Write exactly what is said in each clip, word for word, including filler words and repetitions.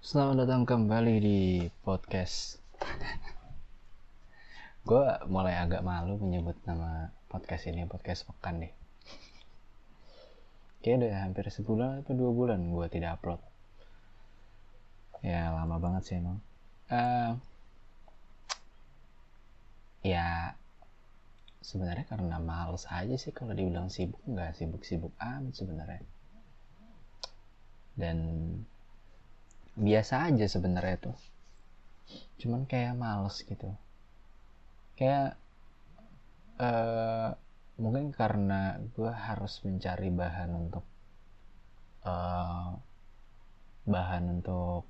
Selamat datang kembali di podcast. Gue mulai agak malu menyebut nama podcast ini podcast pekan deh. Kayaknya udah hampir sebulan atau dua bulan gue tidak upload. Ya lama banget sih emang. Uh, ya sebenarnya karena males aja sih, kalau dibilang sibuk nggak sibuk-sibuk amat sebenarnya. Dan biasa aja sebenarnya tuh. Cuman kayak males gitu. Kayak uh, mungkin karena gue harus mencari bahan untuk uh, bahan untuk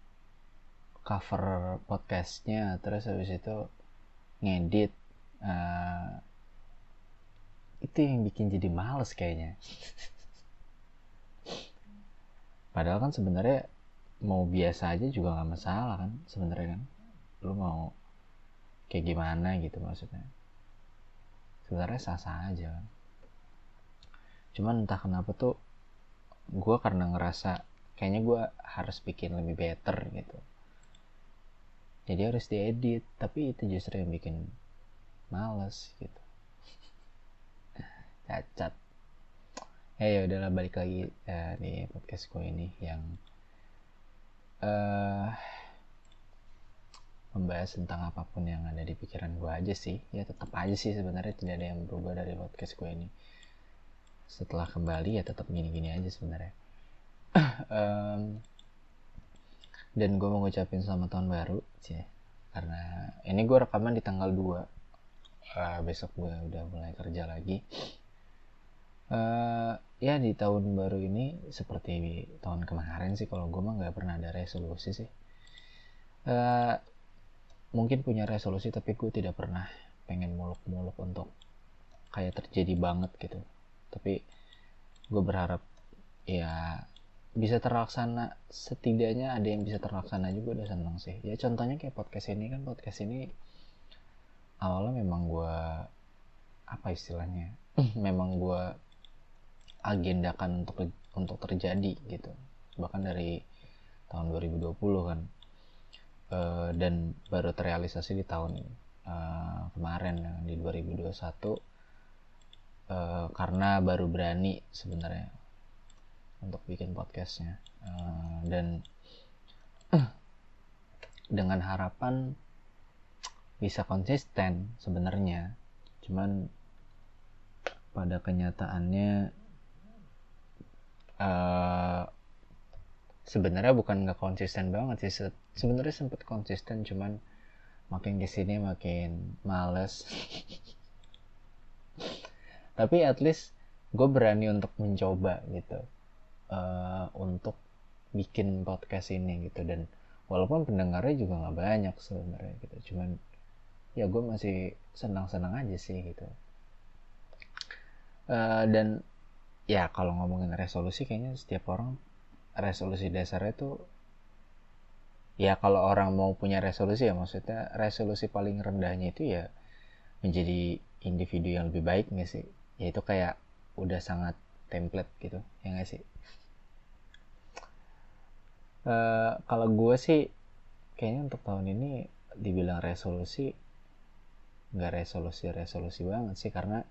cover podcastnya, terus habis itu ngedit, uh, itu yang bikin jadi males kayaknya. Padahal kan sebenarnya mau biasa aja juga nggak masalah kan sebenarnya kan, lu mau kayak gimana gitu maksudnya sebenarnya sah-sah aja kan. Cuman entah kenapa tuh gue karena ngerasa kayaknya gue harus bikin lebih better gitu, jadi harus diedit, tapi itu justru yang bikin males gitu. Cacat. Ya ya udahlah, balik lagi uh, di podcast gue ini yang uh, membahas tentang apapun yang ada di pikiran gue aja sih. Ya tetap aja sih sebenarnya tidak ada yang berubah dari podcast gue ini. Setelah kembali ya tetap gini-gini aja sebenarnya. um, dan gue mau ngucapin selamat tahun baru sih, karena ini gue rekaman di tanggal dua. Uh, besok gue udah mulai kerja lagi. Uh, ya di tahun baru ini seperti tahun kemarin sih, kalau gue mah nggak pernah ada resolusi sih. Uh, mungkin punya resolusi tapi gue tidak pernah pengen muluk-muluk untuk kayak terjadi banget gitu. Tapi gue berharap ya bisa terlaksana, setidaknya ada yang bisa terlaksana juga udah seneng sih. Ya contohnya kayak podcast ini kan, podcast ini awalnya memang gue apa istilahnya memang gue agendakan untuk untuk terjadi gitu, bahkan dari tahun dua ribu dua puluh kan, e, dan baru terrealisasi di tahun e, kemarin ya, di dua ribu dua puluh satu, e, karena baru berani sebenarnya untuk bikin podcastnya, e, dan dengan harapan bisa konsisten sebenarnya. Cuman pada kenyataannya Uh, sebenarnya bukan nggak konsisten banget sih, Se- sebenarnya sempet konsisten, cuman makin kesini makin males. Tapi at least gue berani untuk mencoba gitu, uh, untuk bikin podcast ini gitu. Dan walaupun pendengarnya juga nggak banyak sebenarnya gitu, cuman ya gue masih senang-senang aja sih gitu. Uh, dan ya kalau ngomongin resolusi, kayaknya setiap orang resolusi dasarnya tuh, ya kalau orang mau punya resolusi ya maksudnya resolusi paling rendahnya itu ya menjadi individu yang lebih baik nggak sih, ya itu kayak udah sangat template gitu ya nggak sih. Uh, kalau gue sih kayaknya untuk tahun ini dibilang resolusi, nggak resolusi resolusi banget sih, karena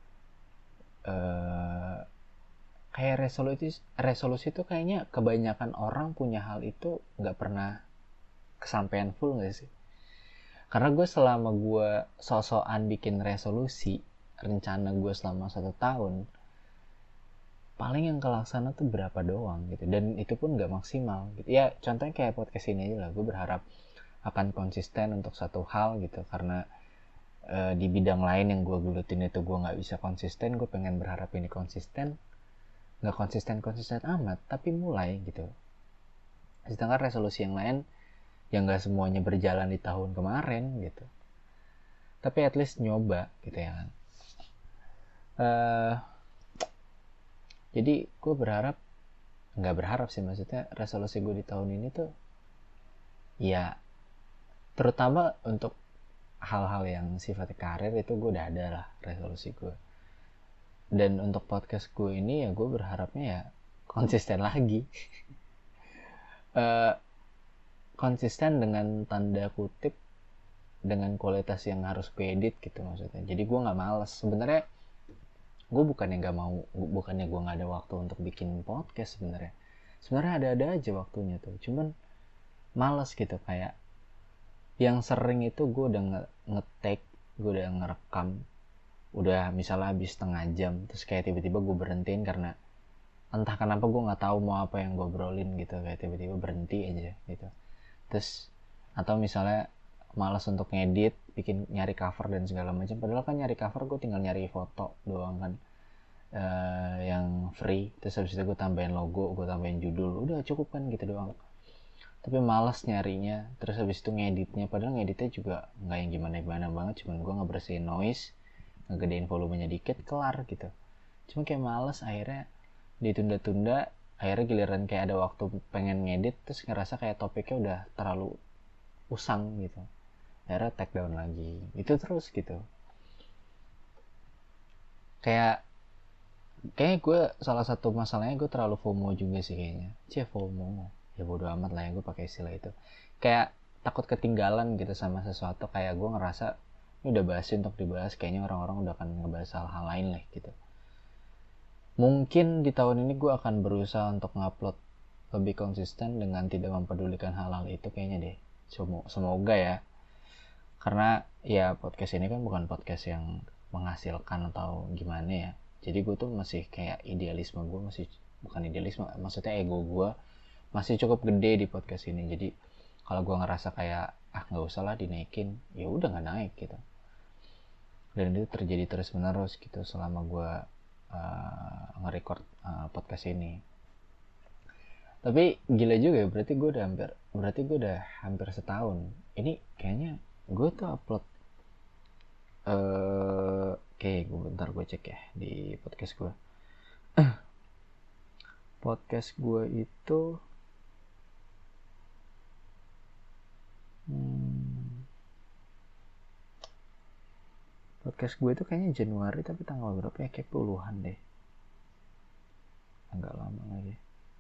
uh, kayak resolusi resolusi tuh kayaknya kebanyakan orang punya hal itu nggak pernah kesampaian full nggak sih. Karena gue selama gue sosokan bikin resolusi, rencana gue selama satu tahun, paling yang kelaksana tuh berapa doang gitu, dan itu pun gak maksimal gitu. Ya contohnya kayak podcast ini aja lah, gue berharap akan konsisten untuk satu hal gitu, karena e, di bidang lain yang gue gelutin itu gue gak bisa konsisten. Gue pengen berharap ini konsisten, gak konsisten-konsisten amat, tapi mulai gitu. Sedangkan resolusi yang lain yang gak semuanya berjalan di tahun kemarin gitu, tapi at least nyoba gitu ya kan. Uh, jadi gue berharap, nggak berharap sih maksudnya, resolusi gue di tahun ini tuh ya terutama untuk hal-hal yang sifatnya karir itu gue udah ada lah resolusi gue. Dan untuk podcast gue ini ya gue berharapnya ya konsisten lagi. uh, konsisten dengan tanda kutip dengan kualitas yang harus gue edit gitu maksudnya. Jadi gue nggak males sebenarnya. Gue bukannya nggak mau, bukannya gue nggak ada waktu untuk bikin podcast sebenarnya. Sebenarnya ada-ada aja waktunya tuh, cuman males gitu. Kayak yang sering itu gue udah nge- nge-take, gue udah ngerekam, udah misalnya habis setengah jam, terus kayak tiba-tiba gue berhentiin karena entah kenapa gue nggak tahu mau apa yang gue brolin gitu, kayak tiba-tiba berhenti aja gitu. Terus atau misalnya malas untuk ngedit, bikin nyari cover dan segala macam. Padahal kan nyari cover gue tinggal nyari foto doang kan, uh, yang free. Terus habis itu gue tambahin logo, gue tambahin judul, udah cukup kan gitu doang. Tapi malas nyarinya. Terus habis itu ngeditnya, padahal ngeditnya juga nggak yang gimana-gimana banget, cuman gue ngebersihin noise, ngegedein volumenya dikit, kelar gitu. Cuma kayak malas, akhirnya ditunda-tunda. Akhirnya giliran kayak ada waktu pengen ngedit, terus ngerasa kayak topiknya udah terlalu usang gitu, akhirnya take down lagi. Itu terus gitu. Kayak kayak gue salah satu masalahnya gue terlalu FOMO juga sih kayaknya. Cie FOMO. Ya bodo amat lah ya gue pakai istilah itu. Kayak takut ketinggalan gitu sama sesuatu. Kayak gue ngerasa ini udah bahas untuk dibahas, kayaknya orang-orang udah akan ngebahas hal-hal lain lah gitu. Mungkin di tahun ini gue akan berusaha untuk ngupload lebih konsisten dengan tidak mempedulikan hal-hal itu kayaknya deh. Semoga ya. Karena ya podcast ini kan bukan podcast yang menghasilkan atau gimana ya. Jadi gue tuh masih kayak idealisme gue masih, bukan idealisme, maksudnya ego gue masih cukup gede di podcast ini. Jadi kalau gue ngerasa kayak ah nggak usah lah dinaikin, ya udah nggak naik gitu. Dan itu terjadi terus menerus gitu selama gue uh, nge-record uh, podcast ini. Tapi gila juga ya, berarti gue udah hampir berarti gue udah hampir setahun. Ini kayaknya gue tuh upload uh, oke okay, gue bentar gue cek ya di podcast gue. Podcast gue itu hmm, podcast gue itu kayaknya Januari, tapi tanggal berapa ya, kayak puluhan deh, agak lama lagi.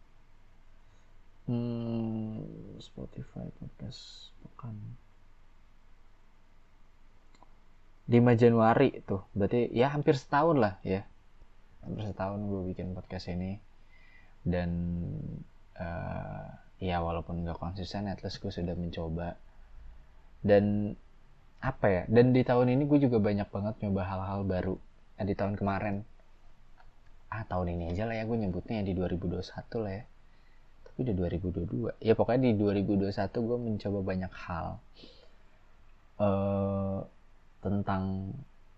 hmm, Spotify podcast pekan lima Januari tuh, berarti ya hampir setahun lah ya, hampir setahun gue bikin podcast ini. Dan uh, ya walaupun gak konsisten, at least gue sudah mencoba. Dan apa ya, dan di tahun ini gue juga banyak banget nyoba hal-hal baru. Nah, di tahun kemarin, ah tahun ini aja lah ya gue nyebutnya, di dua ribu dua puluh satu lah ya, tapi udah dua ribu dua puluh dua ya. Pokoknya di dua ribu dua puluh satu gue mencoba banyak hal uh, tentang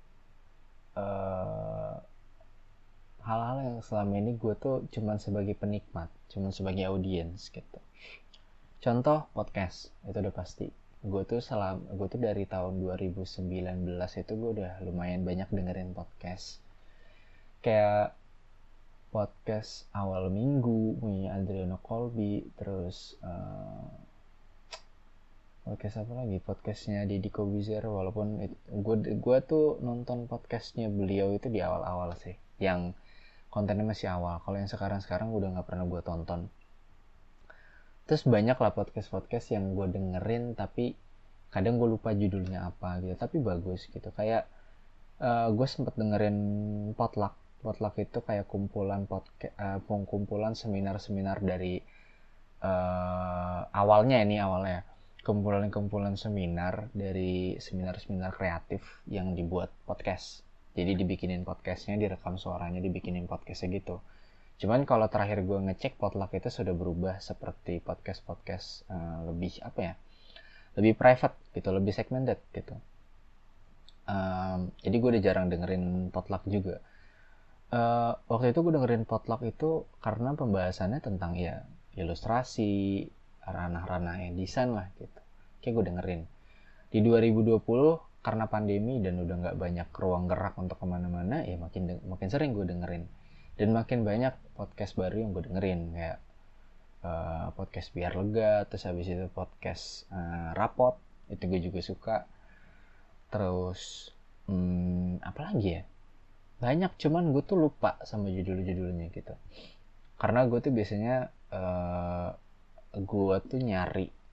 uh, hal-hal yang selama ini gue tuh cuman sebagai penikmat, cuman sebagai audiens gitu. Contoh podcast, itu udah pasti. Gue tuh selama gue tuh dari tahun dua ribu sembilan belas itu gue udah lumayan banyak dengerin podcast. Kayak podcast awal minggu punya Adriano Colby, terus uh, podcast apa lagi, podcastnya Deddy Kobuzer. Walaupun gue gue tuh nonton podcastnya beliau itu di awal-awal sih, yang kontennya masih awal. Kalau yang sekarang-sekarang udah nggak pernah gue tonton. Terus banyak lah podcast-podcast yang gue dengerin, tapi kadang gue lupa judulnya apa gitu, tapi bagus gitu. Kayak uh, gue sempet dengerin Potluck. Potluck itu kayak kumpulan podcast, uh, kumpulan seminar-seminar dari uh, awalnya ini awalnya kumpulan-kumpulan seminar dari seminar-seminar kreatif yang dibuat podcast. Jadi dibikinin podcastnya, direkam suaranya, dibikinin podcastnya gitu. Cuman kalau terakhir gue ngecek, Potluck itu sudah berubah seperti podcast-podcast uh, lebih apa ya, lebih private gitu, lebih segmented gitu. Um, jadi gue udah jarang dengerin Potluck juga. Uh, waktu itu gue dengerin Potluck itu karena pembahasannya tentang ya ilustrasi, ranah-ranah yang desain lah gitu. Kayak gue dengerin. Di dua ribu dua puluh karena pandemi dan udah nggak banyak ruang gerak untuk kemana-mana, ya makin de- makin sering gue dengerin. Dan makin banyak podcast baru yang gue dengerin, kayak uh, podcast Biar Lega, terus habis itu podcast uh, Rapot, itu gue juga suka. Terus hmm, apa lagi ya, banyak, cuman gue tuh lupa sama judul-judulnya gitu. Karena gue tuh biasanya uh, gue tuh nyari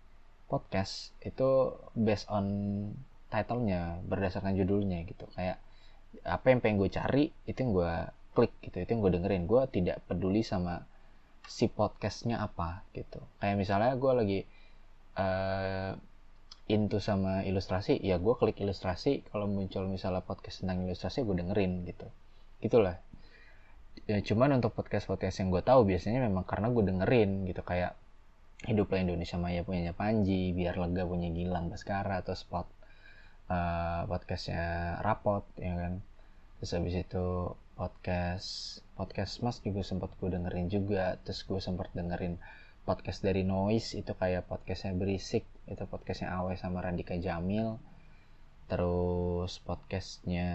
podcast itu based on title-nya, berdasarkan judulnya gitu. Kayak apa yang pengen gue cari itu yang gue klik gitu, itu yang gue dengerin. Gue tidak peduli sama si podcastnya apa gitu. Kayak misalnya gue lagi uh, into sama ilustrasi, ya gue klik ilustrasi. Kalau muncul misalnya podcast tentang ilustrasi, gue dengerin gitu. Gitulah. Ya, cuman untuk podcast-podcast yang gue tahu biasanya memang karena gue dengerin gitu, kayak Hiduplah Indonesia Maya punyanya Panji, Biar Lega punya Gilang Baskara, atau Spot uh, podcastnya Rapot ya kan. Terus habis itu podcast podcast Mas juga sempat gue dengerin juga. Terus gue sempat dengerin podcast dari Noise, itu kayak podcastnya Berisik, itu podcastnya Awe sama Randika Jamil. Terus podcastnya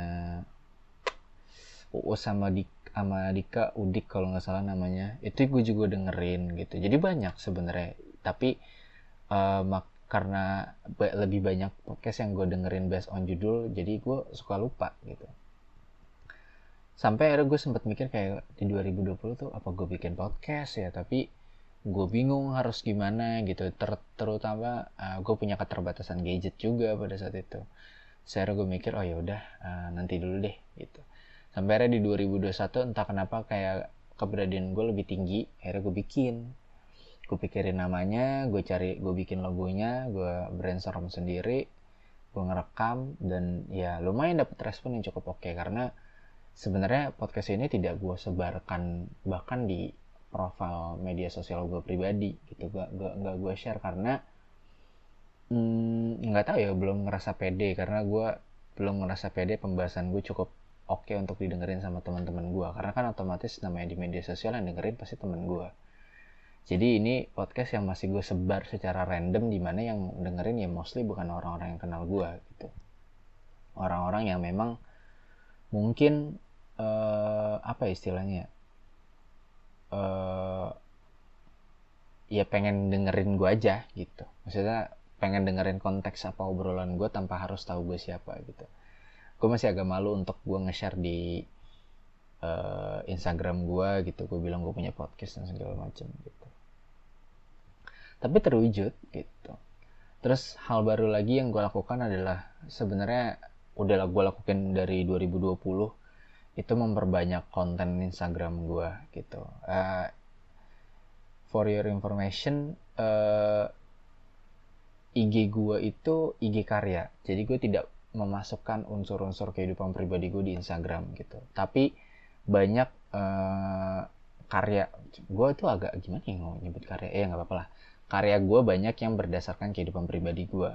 Uus sama Dik sama Dika Udik kalau nggak salah namanya, itu gue juga dengerin gitu. Jadi banyak sebenarnya, tapi uh, mak- karena ba- lebih banyak podcast yang gue dengerin based on judul, jadi gue suka lupa gitu. Sampai akhirnya gue sempat mikir kayak di dua ribu dua puluh tuh apa gue bikin podcast ya, tapi gue bingung harus gimana gitu. Ter- terutama uh, gue punya keterbatasan gadget juga pada saat itu. Saya gue mikir oh ya udah uh, nanti dulu deh gitu. Sampai akhirnya di dua ribu dua puluh satu entah kenapa kayak keberanian gue lebih tinggi, akhirnya gue bikin. Gue pikirin namanya, gue cari, gue bikin logonya, gue brainstorm sendiri, gue ngerekam, dan ya lumayan dapet respon yang cukup oke. Karena sebenarnya podcast ini tidak gue sebarkan bahkan di profil media sosial gue pribadi gitu, gak, gak, gak gue share karena nggak hmm, tahu ya, belum ngerasa pede. Karena gue belum ngerasa pede pembahasan gue cukup oke okay untuk didengerin sama teman-teman gue, karena kan otomatis namanya di media sosial yang dengerin pasti teman gue. Jadi ini podcast yang masih gue sebar secara random, dimana yang dengerin ya mostly bukan orang-orang yang kenal gue gitu, orang-orang yang memang mungkin uh, apa istilahnya uh, ya pengen dengerin gue aja gitu, maksudnya pengen dengerin konteks apa obrolan gue tanpa harus tahu gue siapa gitu. Gue masih agak malu untuk gue nge-share di uh, Instagram gue gitu, gue bilang gue punya podcast dan segala macam gitu, tapi terwujud gitu. Terus hal baru lagi yang gue lakukan adalah, sebenarnya udah gue lakukan dari dua ribu dua puluh, itu memperbanyak konten Instagram gue gitu. Uh, for your information, uh, I G gue itu I G karya, jadi gue tidak memasukkan unsur-unsur kehidupan pribadi gue di Instagram gitu. Tapi banyak uh, karya gue tuh agak gimana ya mau nyebut karya, eh nggak apa-apa lah. Karya gue banyak yang berdasarkan kehidupan pribadi gue.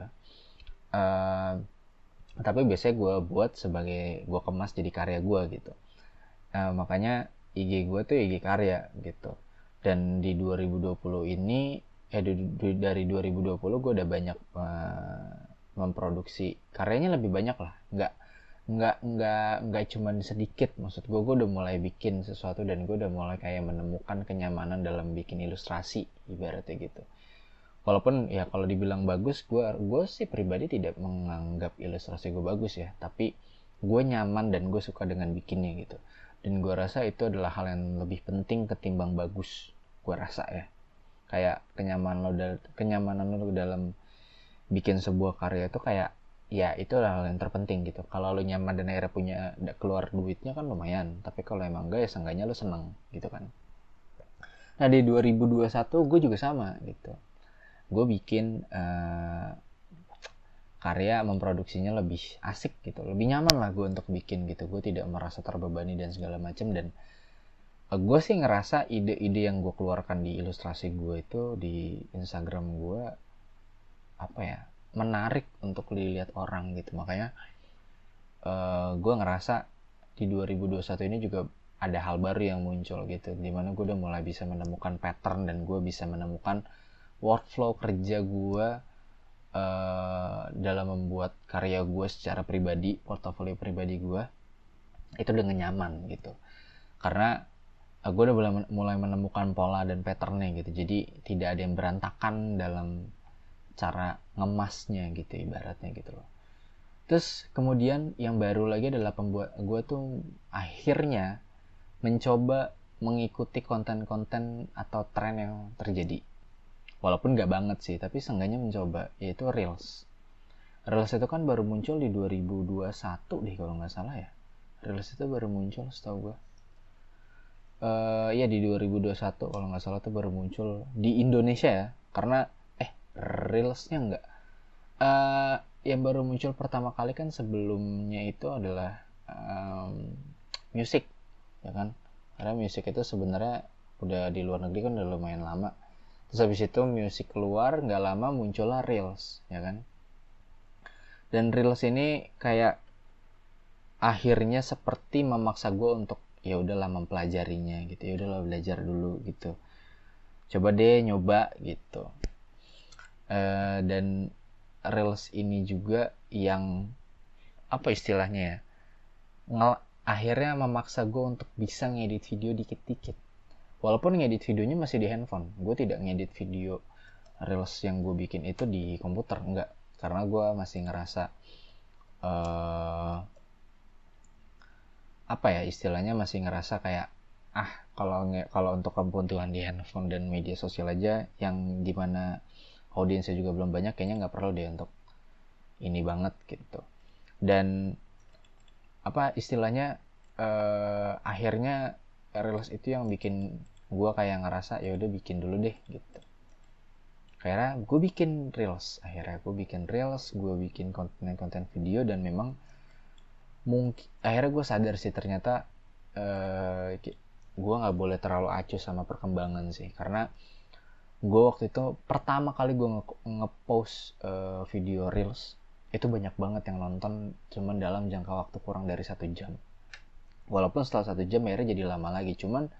Uh, tapi biasanya gue buat sebagai, gue kemas jadi karya gue gitu. Uh, makanya I G gue tuh I G karya gitu. Dan di dua ribu dua puluh ini, eh dari dua ribu dua puluh gue udah banyak uh, memproduksi karyanya, lebih banyak lah, nggak nggak nggak nggak cuman sedikit. Maksud gue gue udah mulai bikin sesuatu, dan gue udah mulai kayak menemukan kenyamanan dalam bikin ilustrasi ibaratnya gitu. Walaupun ya kalau dibilang bagus, gue gue sih pribadi tidak menganggap ilustrasi gue bagus ya, tapi gue nyaman dan gue suka dengan bikinnya gitu. Dan gue rasa itu adalah hal yang lebih penting ketimbang bagus, gue rasa ya. Kayak kenyamanan lo, kenyamanan lo dalam bikin sebuah karya itu kayak, ya itu adalah hal yang terpenting gitu. Kalau lo nyaman dan akhirnya punya keluar duitnya kan lumayan, tapi kalau emang enggak ya seenggaknya lo seneng gitu kan. Nah di dua ribu dua puluh satu gue juga sama gitu. Gue bikin uh, karya, memproduksinya lebih asik gitu, lebih nyaman lah gue untuk bikin gitu. Gue tidak merasa terbebani dan segala macam. Dan uh, gue sih ngerasa ide-ide yang gue keluarkan di ilustrasi gue itu di Instagram gue apa ya, menarik untuk dilihat orang gitu. Makanya uh, gue ngerasa di dua ribu dua puluh satu ini juga ada hal baru yang muncul gitu, dimana gue udah mulai bisa menemukan pattern, dan gue bisa menemukan workflow kerja gue uh, dalam membuat karya gue secara pribadi, portofolio pribadi gue itu dengan nyaman gitu. Karena uh, gue udah mulai, mulai menemukan pola dan patternnya gitu, jadi tidak ada yang berantakan dalam cara ngemasnya gitu ibaratnya gitu loh. Terus kemudian yang baru lagi adalah pembuat gue tuh akhirnya mencoba mengikuti konten-konten atau tren yang terjadi. walaupun nggak banget sih, tapi seenggaknya mencoba, yaitu Reels. Reels itu kan baru muncul di dua ribu dua puluh satu deh kalau nggak salah ya. Reels itu baru muncul setahu gue. Uh, ya di dua ribu dua puluh satu kalau nggak salah tuh baru muncul di Indonesia ya. Karena eh Reelsnya nggak. Uh, yang baru muncul pertama kali kan sebelumnya itu adalah um, musik, ya kan? Karena musik itu sebenarnya udah di luar negeri kan udah lumayan lama. Terus habis itu musik keluar, nggak lama muncullah Reels, ya kan? Dan Reels ini kayak akhirnya seperti memaksa gue untuk ya udahlah mempelajarinya gitu, ya udahlah belajar dulu gitu, coba deh nyoba gitu. Uh, dan Reels ini juga yang apa istilahnya ya, Ngel- akhirnya memaksa gue untuk bisa ngedit video dikit-dikit. Walaupun ngedit videonya masih di handphone, gue tidak ngedit video Reels yang gue bikin itu di komputer, enggak, karena gue masih ngerasa uh, apa ya istilahnya, masih ngerasa kayak ah kalau kalau untuk kebutuhan di handphone dan media sosial aja yang dimana audiensnya juga belum banyak, kayaknya nggak perlu deh untuk ini banget gitu. Dan apa istilahnya eh, akhirnya Reels itu yang bikin gue kayak ngerasa ya udah bikin dulu deh gitu. Akhirnya gue bikin Reels, akhirnya gue bikin Reels, gue bikin konten-konten video, dan memang mungkin akhirnya gue sadar sih ternyata uh, gue nggak boleh terlalu acuh sama perkembangan sih, karena gue waktu itu pertama kali gue nge- ngepost uh, video Reels itu banyak banget yang nonton cuman dalam jangka waktu kurang dari satu jam, walaupun setelah satu jam akhirnya jadi lama lagi, cuman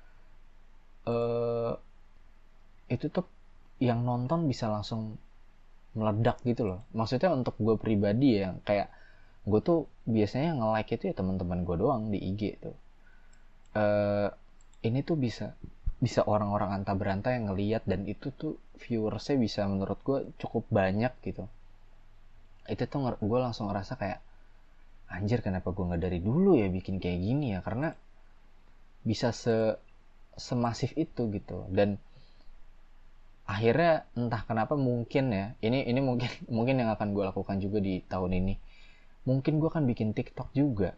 uh, itu tuh yang nonton bisa langsung meledak gitu loh. Maksudnya untuk gue pribadi ya, kayak gue tuh biasanya nge-like itu ya teman-teman gue doang di I G tuh. Uh, ini tuh bisa bisa orang-orang anta beranta yang ngeliat, dan itu tuh viewersnya bisa menurut gue cukup banyak gitu. Itu tuh gue langsung ngerasa kayak anjir, kenapa gue nggak dari dulu ya bikin kayak gini ya, karena bisa se semasif itu gitu. Dan akhirnya entah kenapa mungkin ya, ini ini mungkin mungkin yang akan gue lakukan juga di tahun ini, mungkin gue akan bikin TikTok juga.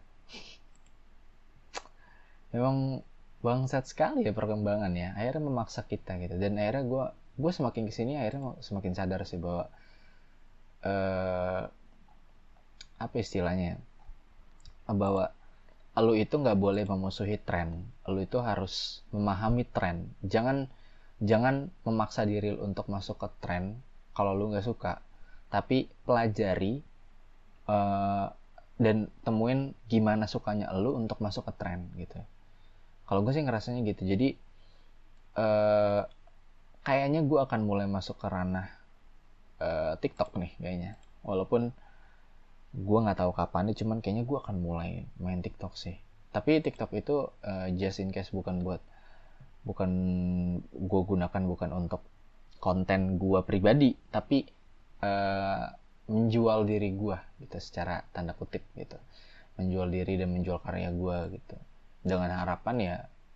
Memang bangsat sekali ya perkembangan ya, akhirnya memaksa kita gitu. Dan akhirnya gue gue semakin kesini akhirnya semakin sadar sih bahwa uh, apa istilahnya, bahwa lu itu nggak boleh memusuhi tren, lu itu harus memahami tren. Jangan jangan memaksa diri untuk masuk ke tren kalau lu nggak suka, tapi pelajari uh, dan temuin gimana sukanya lu untuk masuk ke tren gitu. Kalau gue sih ngerasanya gitu. Jadi uh, kayaknya gue akan mulai masuk ke ranah uh, TikTok nih kayaknya, walaupun gue nggak tahu kapan nih, cuman kayaknya gue akan mulai main TikTok sih. Tapi TikTok itu uh, just in case, bukan buat bukan gue gunakan bukan untuk konten gue pribadi, tapi uh, menjual diri gue gitu, secara tanda kutip gitu, menjual diri dan menjual karya gue gitu, dengan harapan ya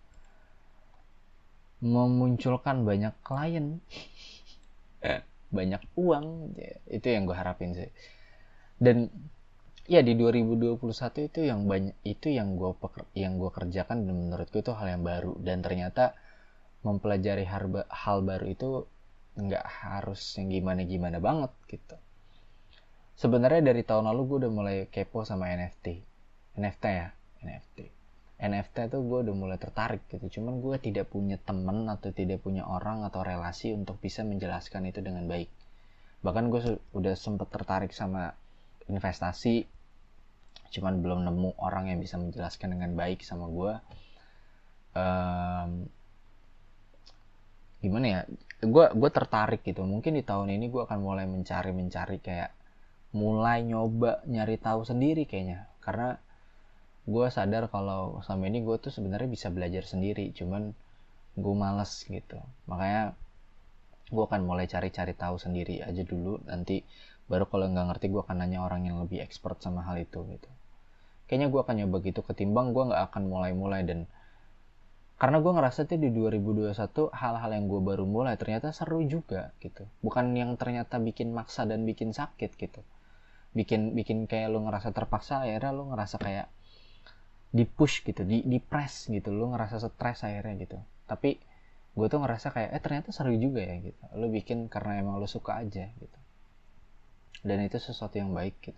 memunculkan banyak klien, banyak uang, itu yang gue harapin sih. Dan ya di dua ribu dua puluh satu itu yang banyak, itu yang gue yang gue kerjakan, dan menurutku itu hal yang baru. Dan ternyata mempelajari hal, hal baru itu nggak harus yang gimana-gimana banget gitu. Sebenarnya dari tahun lalu gue udah mulai kepo sama N F T, N F T ya, N F T. N F T tuh gue udah mulai tertarik gitu. Cuman gue tidak punya temen atau tidak punya orang atau relasi untuk bisa menjelaskan itu dengan baik. Bahkan gue su- udah sempet tertarik sama investasi, cuman belum nemu orang yang bisa menjelaskan dengan baik sama gue. Um, gimana ya? Gue gue tertarik gitu. Mungkin di tahun ini gue akan mulai mencari mencari kayak mulai nyoba nyari tahu sendiri kayaknya. Karena gue sadar kalau selama ini gue tuh sebenarnya bisa belajar sendiri, cuman gue males gitu. Makanya gue akan mulai cari-cari tahu sendiri aja dulu, nanti baru kalau nggak ngerti gue akan nanya orang yang lebih expert sama hal itu gitu. Kayaknya gue akan nyoba gitu, ketimbang gue nggak akan mulai-mulai dan karena gue ngerasa tuh di dua ribu dua puluh satu hal-hal yang gue baru mulai ternyata seru juga gitu, bukan yang ternyata bikin maksa dan bikin sakit gitu, bikin bikin kayak lu ngerasa terpaksa, akhirnya lu ngerasa kayak di push gitu, di di press gitu, lu ngerasa stres akhirnya gitu. Tapi gue tuh ngerasa kayak eh ternyata seru juga ya gitu, lu bikin karena emang lu suka aja gitu, dan itu sesuatu yang baik gitu.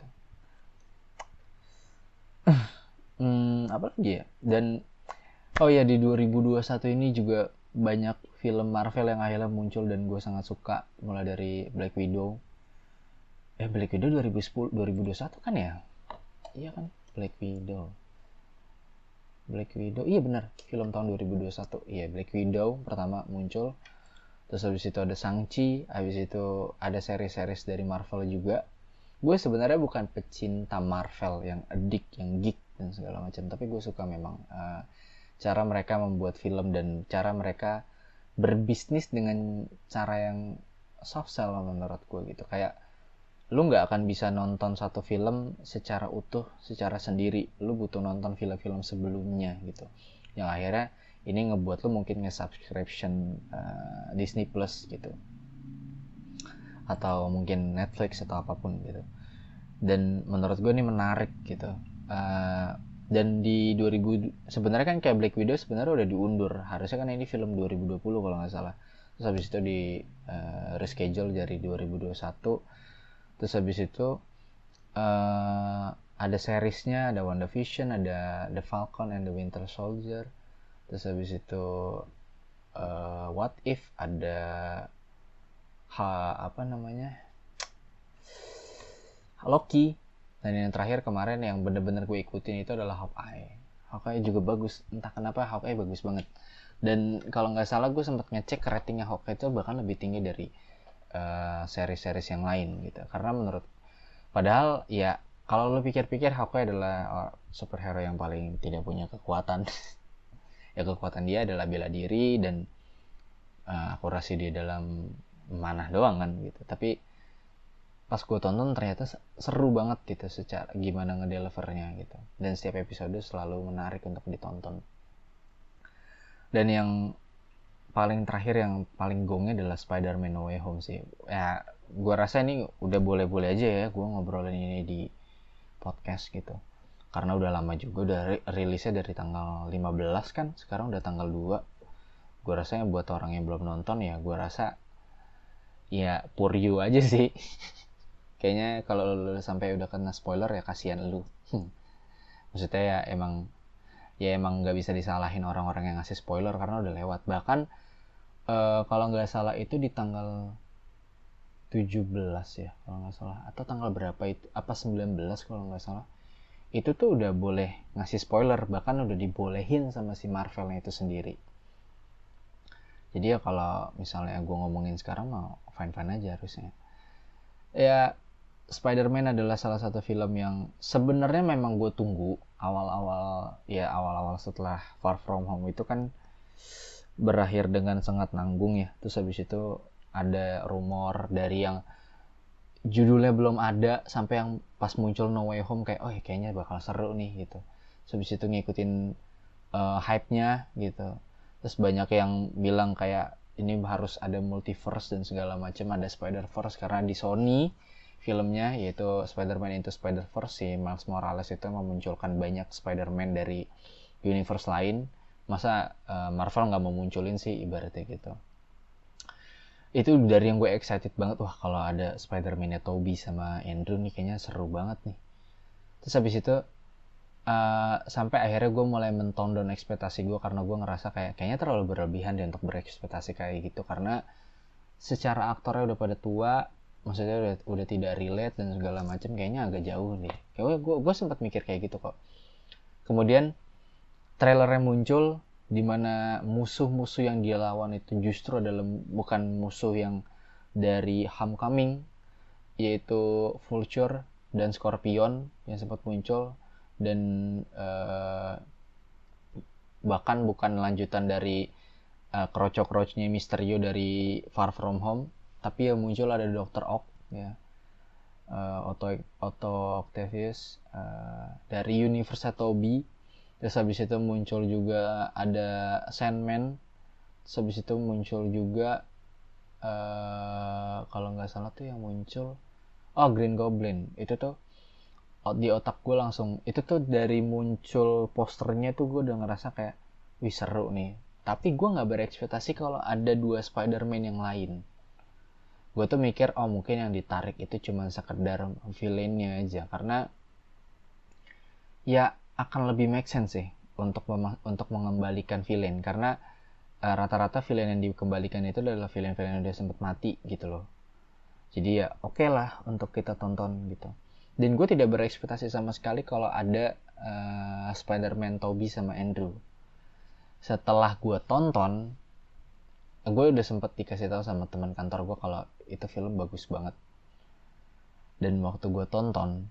hmm, apa lagi ya, dan oh ya di dua ribu dua puluh satu ini juga banyak film Marvel yang akhirnya muncul dan gue sangat suka, mulai dari Black Widow. Eh Black Widow dua ribu sepuluh dua ribu dua puluh satu kan ya? Iya kan, Black Widow. Black Widow. Iya benar, film tahun dua ribu dua puluh satu. Iya, Black Widow pertama muncul. Terus habis itu ada Shang-Chi, habis itu ada seri-series dari Marvel juga. Gue sebenarnya bukan pecinta Marvel yang addict, yang geek dan segala macam, tapi gue suka memang uh, cara mereka membuat film dan cara mereka berbisnis dengan cara yang soft sell menurut gue gitu. Kayak lu nggak akan bisa nonton satu film secara utuh, secara sendiri. Lu butuh nonton film-film sebelumnya gitu, yang akhirnya ini ngebuat lu mungkin nge-subscription uh, Disney Plus gitu, atau mungkin Netflix atau apapun gitu. Dan menurut gue ini menarik gitu. Uh, dan di dua ribu sebenarnya kan kayak Black Widow sebenarnya udah diundur, harusnya kan ini film dua ribu dua puluh kalau nggak salah. Terus habis itu di uh, reschedule dari dua ribu dua puluh satu. Terus habis itu uh, ada seriesnya, ada WandaVision, ada The Falcon and the Winter Soldier. Terus habis itu uh, What If, ada ha, apa namanya Loki. Dan yang terakhir kemarin yang bener-bener gue ikutin itu adalah Hawkeye. Hawkeye juga bagus, entah kenapa Hawkeye bagus banget. Dan kalau nggak salah gue sempat ngecek ratingnya Hawkeye itu bahkan lebih tinggi dari uh, seri-series yang lain gitu. Karena menurut, padahal ya kalau lo pikir-pikir Hawkeye adalah uh, superhero yang paling tidak punya kekuatan. Ya kekuatan dia adalah bela diri dan uh, akurasi dia dalam manah doang kan gitu. Tapi pas gue tonton ternyata seru banget gitu secara gimana ngedelivernya gitu, dan setiap episode selalu menarik untuk ditonton. Dan yang paling terakhir yang paling gongnya adalah Spider-Man No Way Home sih ya. Gue rasa ini udah boleh-boleh aja ya gue ngobrolin ini di podcast gitu, karena udah lama juga, udah rilisnya dari tanggal lima belas kan, sekarang udah tanggal dua. Gue rasanya buat orang yang belum nonton ya gue rasa ya for you aja sih. Kayaknya kalau lu sampai udah kena spoiler ya kasihan lu. Hmm. Maksudnya ya emang ya emang nggak bisa disalahin orang-orang yang ngasih spoiler karena udah lewat. Bahkan uh, kalau nggak salah itu di tanggal tujuh belas ya kalau nggak salah, atau tanggal berapa itu, apa sembilan belas kalau nggak salah, itu tuh udah boleh ngasih spoiler, bahkan udah dibolehin sama si Marvelnya itu sendiri. Jadi ya kalau misalnya gue ngomongin sekarang mau fine-fine aja harusnya. Ya Spider-Man adalah salah satu film yang sebenarnya memang gue tunggu awal-awal, ya awal-awal setelah Far From Home itu kan berakhir dengan sangat nanggung ya. Terus habis itu ada rumor dari yang judulnya belum ada sampai yang pas muncul No Way Home kayak oh ya kayaknya bakal seru nih gitu. Terus habis itu ngikutin uh, hype-nya gitu. Terus banyak yang bilang kayak ini harus ada multiverse dan segala macam, ada Spider-Verse karena di Sony filmnya yaitu Spider-Man Into Spider-Verse, si Miles Morales itu memunculkan banyak Spider-Man dari universe lain. Masa uh, Marvel nggak mau munculin sih ibaratnya gitu. Itu dari yang gue excited banget, wah kalau ada Spider-Man-nya Tobey sama Andrew nih kayaknya seru banget nih. Terus habis itu uh, sampai akhirnya gue mulai mentone down ekspektasi gue karena gue ngerasa kayak kayaknya terlalu berlebihan deh untuk berekspektasi kayak gitu, karena secara aktornya udah pada tua, maksudnya udah, udah tidak relate dan segala macam, kayaknya agak jauh deh. Kayak gue gue sempat mikir kayak gitu kok. Kemudian trailernya muncul di mana musuh-musuh yang dia lawan itu justru adalah bukan musuh yang dari Homecoming, yaitu Vulture dan Scorpion yang sempat muncul, dan uh, bahkan bukan lanjutan dari uh, kroco-kroconya Mysterio dari Far From Home, tapi yang muncul ada dokter Ock ya, uh, Otto Otto Octavius uh, dari universe Tobey. Terus habis itu muncul juga ada Sandman. Terus habis itu muncul juga uh, kalau nggak salah tuh yang muncul oh Green Goblin. Itu tuh di otak gue langsung, itu tuh dari muncul posternya tuh gue udah ngerasa kayak wih seru nih. Tapi gue nggak berekspektasi kalau ada dua Spider-Man yang lain. Gue tuh mikir oh mungkin yang ditarik itu cuma sekedar villainnya aja, karena ya akan lebih make sense sih untuk mem- untuk mengembalikan villain, karena uh, rata-rata villain yang dikembalikan itu adalah villain-villain yang udah sempat mati gitu loh. Jadi ya oke okay lah untuk kita tonton gitu. Dan gue tidak berekspektasi sama sekali kalau ada uh, Spider-Man Tobey sama Andrew. Setelah gue tonton, gue udah sempet dikasih tahu sama teman kantor gue kalau itu film bagus banget. Dan waktu gue tonton,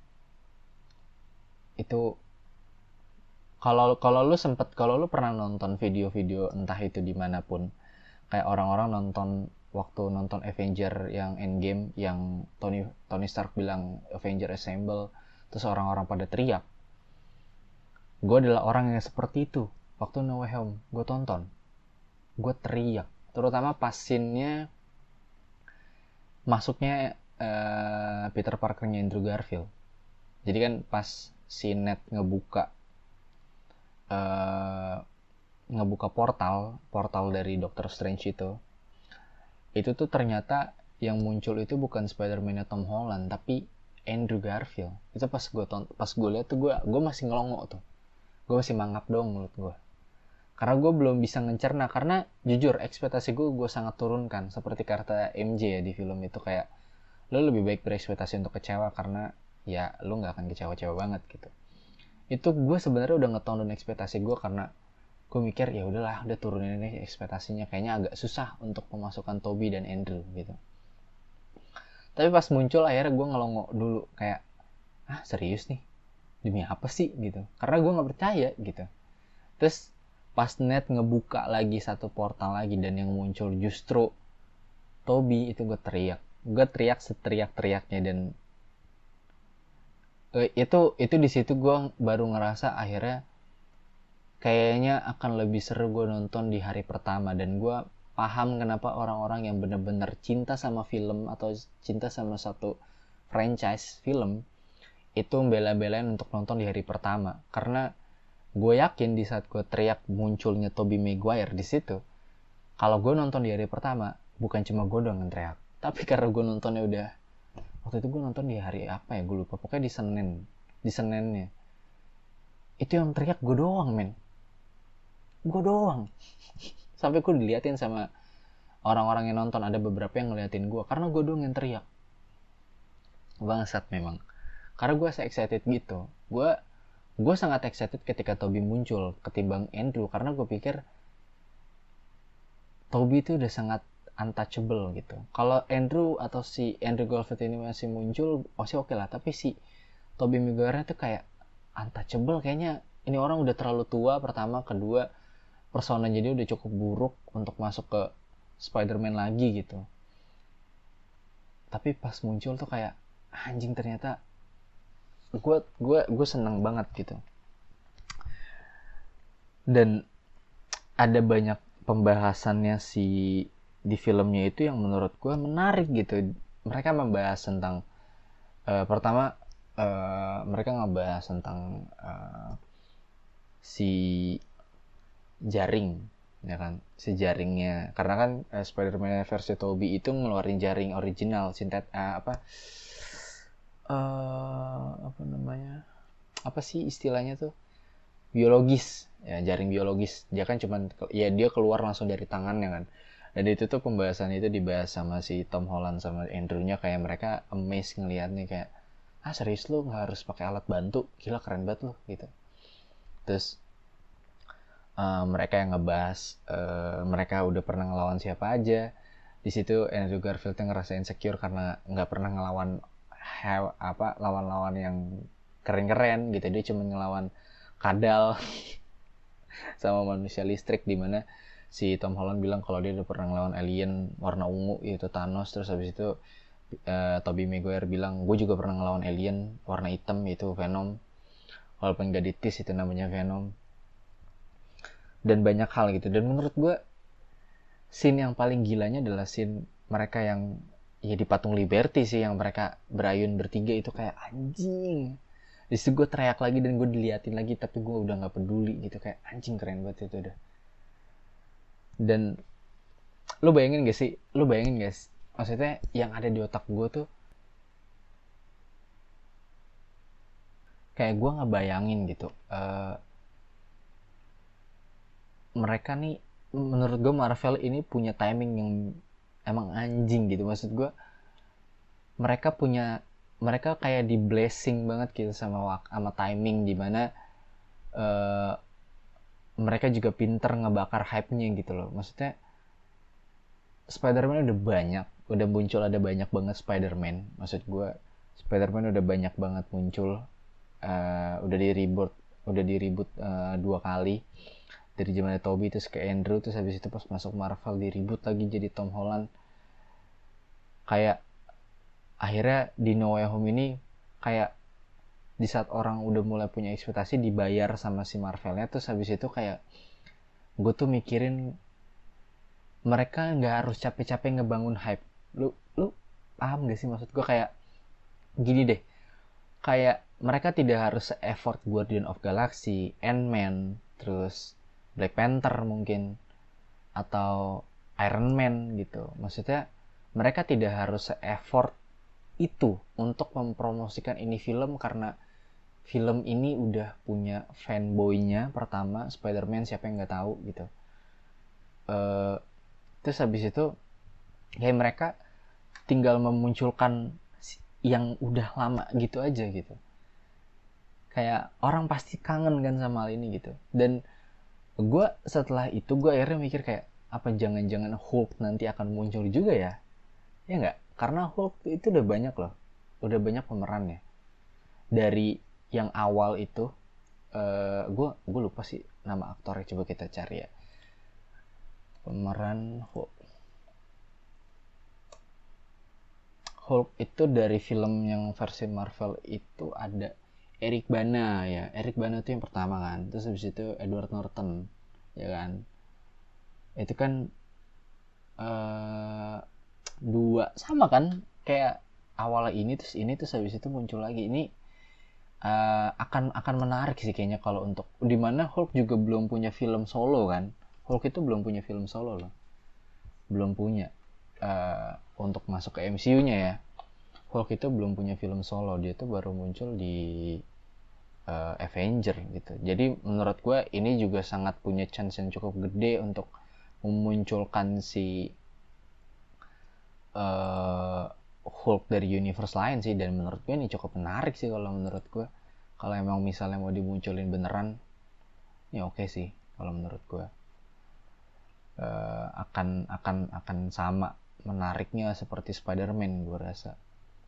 itu kalau kalau lu sempet kalau lu pernah nonton video-video entah itu dimanapun, kayak orang-orang nonton waktu nonton Avenger yang Endgame yang Tony Tony Stark bilang Avenger Assemble, terus orang-orang pada teriak. Gue adalah orang yang seperti itu. Waktu No Way Home gue tonton, gue teriak, terutama pas scene-nya masuknya uh, Peter Parker-nya Andrew Garfield. Jadi kan pas si Ned ngebuka uh, ngebuka portal portal dari Doctor Strange itu itu tuh ternyata yang muncul itu bukan Spider-Man-nya Tom Holland tapi Andrew Garfield. Itu pas gue pas gue lihat tuh gue gue masih ngelongo tuh, gue masih mangap dong mulut gue, karena gue belum bisa ngencerna. Karena jujur ekspektasi gue gue sangat turunkan, seperti kata M J ya di film itu, kayak lo lebih baik berekspektasi untuk kecewa karena ya lo nggak akan kecewa-kecewa banget gitu. Itu gue sebenarnya udah ngetone ekspektasi gue, karena gue mikir ya udahlah udah turunin ini ekspektasinya, kayaknya agak susah untuk memasukkan Tobey dan Andrew gitu. Tapi pas muncul akhirnya gue ngelongo dulu kayak ah serius nih, demi apa sih gitu, karena gue nggak percaya gitu. Terus pas Ned ngebuka lagi satu portal lagi dan yang muncul justru Tobey, itu gue teriak gue teriak seteriak-teriaknya. Dan eh, itu itu di situ gue baru ngerasa akhirnya kayaknya akan lebih seru gue nonton di hari pertama. Dan gue paham kenapa orang-orang yang bener-bener cinta sama film atau cinta sama satu franchise film itu bela-belain untuk nonton di hari pertama. Karena gue yakin di saat gue teriak munculnya Tobey Maguire di situ, kalau gue nonton di hari pertama bukan cuma gue doang yang teriak, tapi karena gue nontonnya udah waktu itu gue nonton di hari apa ya gue lupa, pokoknya di Senin di Seninnya itu yang teriak gue doang men, gue doang. Sampai gue diliatin sama orang-orang yang nonton, ada beberapa yang ngeliatin gue karena gue doang yang teriak. Bangsat memang, karena gue se-excited gitu. gue gue sangat excited ketika Tobey muncul ketimbang Andrew, karena gue pikir Tobey itu udah sangat untouchable gitu. Kalau Andrew atau si Andrew Garfield ini masih muncul masih oke okay lah, tapi si Tobey Maguire itu kayak untouchable kayaknya. Ini orang udah terlalu tua pertama, kedua persona jadi udah cukup buruk untuk masuk ke Spider-Man lagi gitu. Tapi pas muncul tuh kayak anjing, ternyata gue gue gue seneng banget gitu. Dan ada banyak pembahasannya si di filmnya itu yang menurut gue menarik gitu. Mereka membahas tentang uh, pertama uh, mereka ngebahas tentang uh, si jaring, ya kan, si jaringnya. Karena kan uh, Spider-Man versi Tobey itu ngeluarin jaring original sintet uh, apa uh, apa namanya apa sih istilahnya tuh, biologis ya, jaring biologis. Dia kan cuman ya dia keluar langsung dari tangannya kan. Dan itu tuh pembahasan itu dibahas sama si Tom Holland sama Andrew-nya, kayak mereka amazed ngeliatnya kayak ah serius lu nggak harus pakai alat bantu, gila keren banget lu gitu. Terus uh, mereka yang ngebahas uh, mereka udah pernah ngelawan siapa aja. Di situ Andrew Garfield yang ngerasa insecure karena nggak pernah ngelawan have, apa lawan-lawan yang keren-keren gitu. Dia cuma ngelawan kadal sama manusia listrik, di mana si Tom Holland bilang kalau dia udah pernah ngelawan alien warna ungu yaitu Thanos. Terus habis itu uh, Tobey Maguire bilang gue juga pernah ngelawan alien warna hitam yaitu Venom, walaupun gak ditis itu namanya Venom. dan banyak hal gitu. Dan menurut gue scene yang paling gilanya adalah scene mereka yang ya di patung Liberty sih, yang mereka berayun bertiga itu kayak anjing. Di situ gue teriak lagi dan gue diliatin lagi, tapi gue udah nggak peduli gitu, kayak anjing keren banget itu udah. Dan lu bayangin gak sih, lu bayangin guys, maksudnya yang ada di otak gue tuh kayak gue ngebayangin gitu, uh, mereka nih, menurut gue Marvel ini punya timing yang emang anjing gitu. Maksud gue mereka punya, mereka kayak di blessing banget gitu sama sama timing, dimana uh, mereka juga pinter ngebakar hype-nya gitu loh. Maksudnya Spider-Man udah banyak, udah muncul, ada banyak banget Spider-Man. Maksud gue Spider-Man udah banyak banget muncul, uh, udah di reboot, udah di reboot uh, dua kali, dari zaman Tobey terus ke Andrew, terus habis itu pas masuk Marvel di reboot lagi jadi Tom Holland. Kayak akhirnya di No Way Home ini kayak di saat orang udah mulai punya ekspektasi dibayar sama si Marvelnya, terus habis itu kayak gue tuh mikirin mereka nggak harus capek-capek ngebangun hype. Lu lu paham gak sih maksud gue? Kayak gini deh, kayak mereka tidak harus effort Guardian of Galaxy, Ant-Man, terus Black Panther mungkin, atau Iron Man gitu. Maksudnya mereka tidak harus effort itu untuk mempromosikan ini film, karena film ini udah punya fanboy-nya. Pertama Spider-Man, siapa yang nggak tahu gitu. Uh, terus habis itu kayak mereka tinggal memunculkan yang udah lama gitu aja gitu. Kayak orang pasti kangen kan sama hal ini gitu. Dan gue setelah itu gue akhirnya mikir kayak, apa jangan-jangan Hulk nanti akan muncul juga ya? Ya nggak? Karena Hulk itu udah banyak loh, udah banyak pemerannya. Dari yang awal itu, uh, gue gue lupa sih nama aktornya, coba kita cari ya. Pemeran Hulk. Hulk itu dari film yang versi Marvel itu ada Eric Bana ya. Eric Bana itu yang pertama kan. Terus habis itu Edward Norton, ya kan. Itu kan uh, dua sama kan, kayak awalnya ini terus ini terus habis itu muncul lagi. Ini uh, akan akan menarik sih kayaknya kalau untuk, dimana Hulk juga belum punya film solo kan. Hulk itu belum punya film solo loh, belum punya. Uh, untuk masuk ke M C U-nya ya, Hulk itu belum punya film solo, dia tuh baru muncul di uh, Avenger gitu. Jadi menurut gue ini juga sangat punya chance yang cukup gede untuk memunculkan si uh, Hulk dari universe lain sih. Dan menurut gue ini cukup menarik sih kalau menurut gue. Kalau emang misalnya mau dimunculin beneran, ya oke okay sih kalau menurut gue. Uh, akan akan akan sama menariknya seperti Spider-Man gue rasa.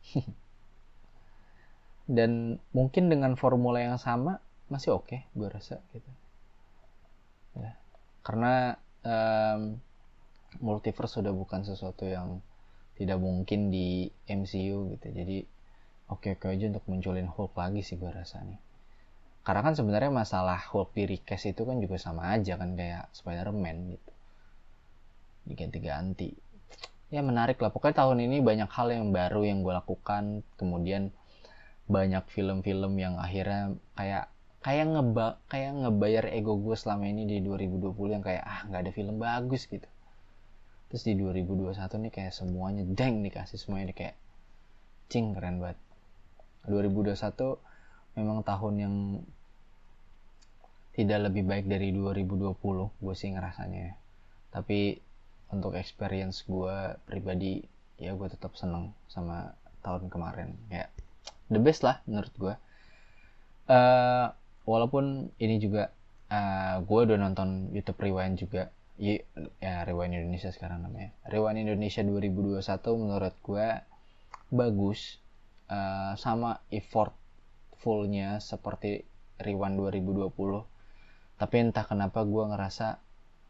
Dan mungkin dengan formula yang sama masih oke okay, gue rasa gitu ya. Karena um, multiverse sudah bukan sesuatu yang tidak mungkin di M C U gitu. Jadi oke-oke aja untuk munculin Hulk lagi sih gue rasa nih. Karena kan sebenarnya masalah Hulk di recast itu kan juga sama aja kan kayak Spider-Man gitu, diganti-ganti. Ya menarik lah, pokoknya tahun ini banyak hal yang baru yang gue lakukan. Kemudian banyak film-film yang akhirnya kayak kayak ngeba kayak ngebayar ego gue selama ini di dua ribu dua puluh yang kayak ah nggak ada film bagus gitu. Terus di dua ribu dua puluh satu nih kayak semuanya deng dikasih semuanya nih, kayak cing keren banget. dua ribu dua puluh satu memang tahun yang tidak lebih baik dari dua ribu dua puluh gue sih ngerasanya. Tapi untuk experience gue pribadi ya gue tetap seneng sama tahun kemarin, ya the best lah menurut gue. Uh, walaupun ini juga uh, gue udah nonton YouTube Rewind juga ya, ya Rewind Indonesia sekarang namanya, Rewind Indonesia dua ribu dua puluh satu menurut gue bagus, uh, sama effortfulnya seperti Rewind dua ribu dua puluh. Tapi entah kenapa gue ngerasa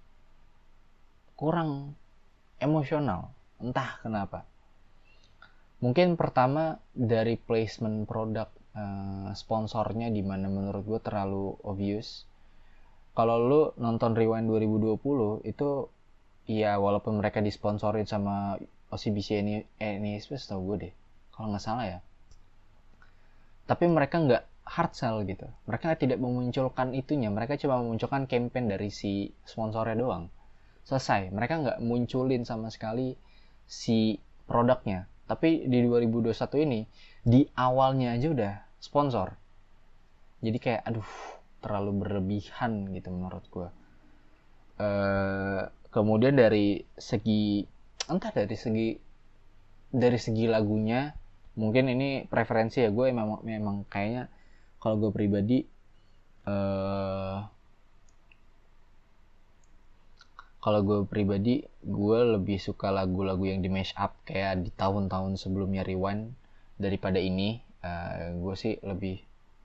kurang emosional, entah kenapa. Mungkin pertama dari placement produk uh, sponsornya, dimana menurut gue terlalu obvious. kalau lu nonton Rewind dua ribu dua puluh itu ya walaupun mereka disponsorin sama O C B C ini ini tau gue deh kalau nggak salah ya, tapi mereka nggak hard sell gitu, mereka tidak memunculkan itunya, mereka cuma memunculkan campaign dari si sponsornya doang, selesai, mereka nggak munculin sama sekali si produknya. Tapi di dua ribu dua puluh satu ini di awalnya aja udah sponsor, jadi kayak aduh terlalu berlebihan gitu menurut gue. Uh, kemudian dari segi entah dari segi dari segi lagunya, mungkin ini preferensi ya, gue memang memang kayaknya kalau gue pribadi uh, kalau gue pribadi gue lebih suka lagu-lagu yang di mash up kayak di tahun-tahun sebelumnya Rewind daripada ini. Uh, gue sih lebih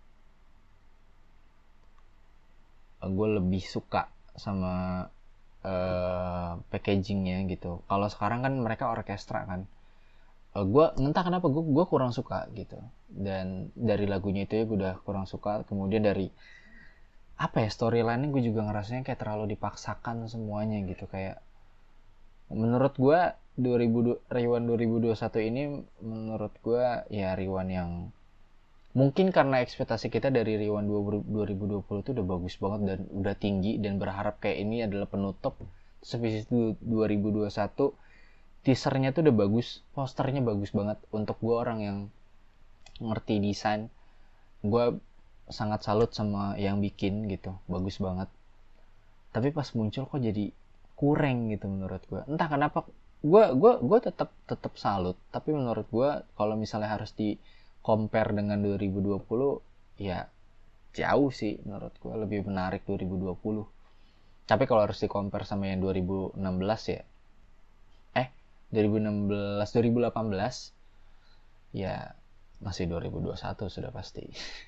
uh, gue lebih suka sama uh, packagingnya gitu. Kalau sekarang kan mereka orkestra kan, uh, gue entah kenapa gue gue kurang suka gitu, dan dari lagunya itu ya gue udah kurang suka. Kemudian dari apa ya, storyline-nya gue juga ngerasanya kayak terlalu dipaksakan semuanya gitu. Kayak menurut gue dua ribu Rewind dua ribu dua puluh satu ini menurut gue ya Rewind yang mungkin karena ekspektasi kita dari Rewind dua ribu dua puluh itu udah bagus banget dan udah tinggi dan berharap kayak ini adalah penutup. Terus habis itu dua ribu dua puluh satu teasernya tuh udah bagus, posternya bagus banget. Untuk gue orang yang ngerti desain, gue sangat salut sama yang bikin gitu, bagus banget. Tapi pas muncul kok jadi kurang gitu menurut gue, entah kenapa. Gue gue gue tetap tetap salut, tapi menurut gue kalau misalnya harus di compare dengan dua ribu dua puluh ya jauh sih menurut gue, lebih menarik dua ribu dua puluh. Tapi kalau harus di compare sama yang dua ribu enam belas ya eh dua ribu enam belas dua ribu delapan belas ya masih dua ribu dua puluh satu sudah pasti.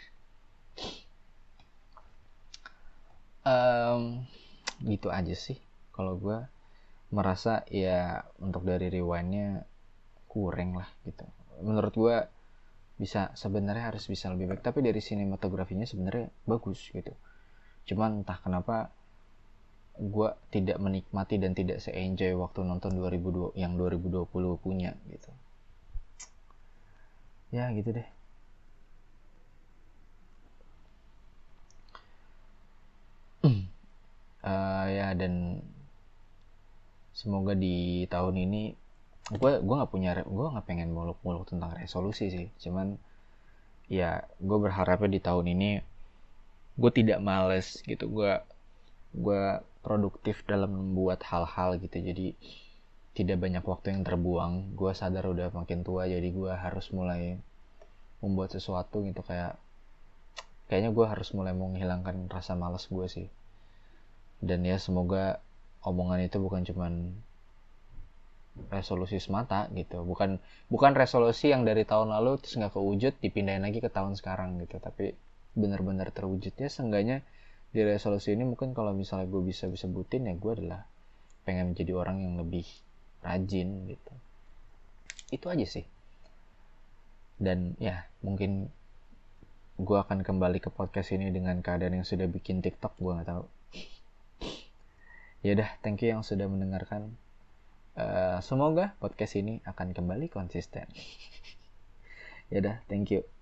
um, gitu aja sih kalau gue merasa ya untuk dari Rewindnya kurang lah gitu. Menurut gue bisa sebenarnya harus bisa lebih baik, tapi dari sinematografinya sebenarnya bagus gitu. Cuman entah kenapa gue tidak menikmati dan tidak se-enjoy waktu nonton dua ribu dua yang dua ribu dua puluh punya gitu. Ya gitu deh. uh, ya dan semoga di tahun ini gue gue nggak punya gue nggak pengen muluk-muluk tentang resolusi sih, cuman ya gue berharapnya di tahun ini gue tidak males gitu, gue gue produktif dalam membuat hal-hal gitu, jadi tidak banyak waktu yang terbuang. Gue sadar udah makin tua, jadi gue harus mulai membuat sesuatu gitu. Kayak kayaknya gue harus mulai menghilangkan rasa malas gue sih. Dan ya semoga omongan itu bukan cuman resolusi semata gitu, bukan bukan resolusi yang dari tahun lalu terus nggak kewujud dipindahin lagi ke tahun sekarang gitu, tapi benar-benar terwujudnya. Seenggaknya di resolusi ini mungkin kalau misalnya gue bisa bisa sebutin ya gue adalah pengen menjadi orang yang lebih rajin gitu. Itu aja sih. Dan ya mungkin gue akan kembali ke podcast ini dengan keadaan yang sudah bikin TikTok, gue nggak tahu. Ya udah, thank you yang sudah mendengarkan. Uh, semoga podcast ini akan kembali konsisten. Ya udah, thank you.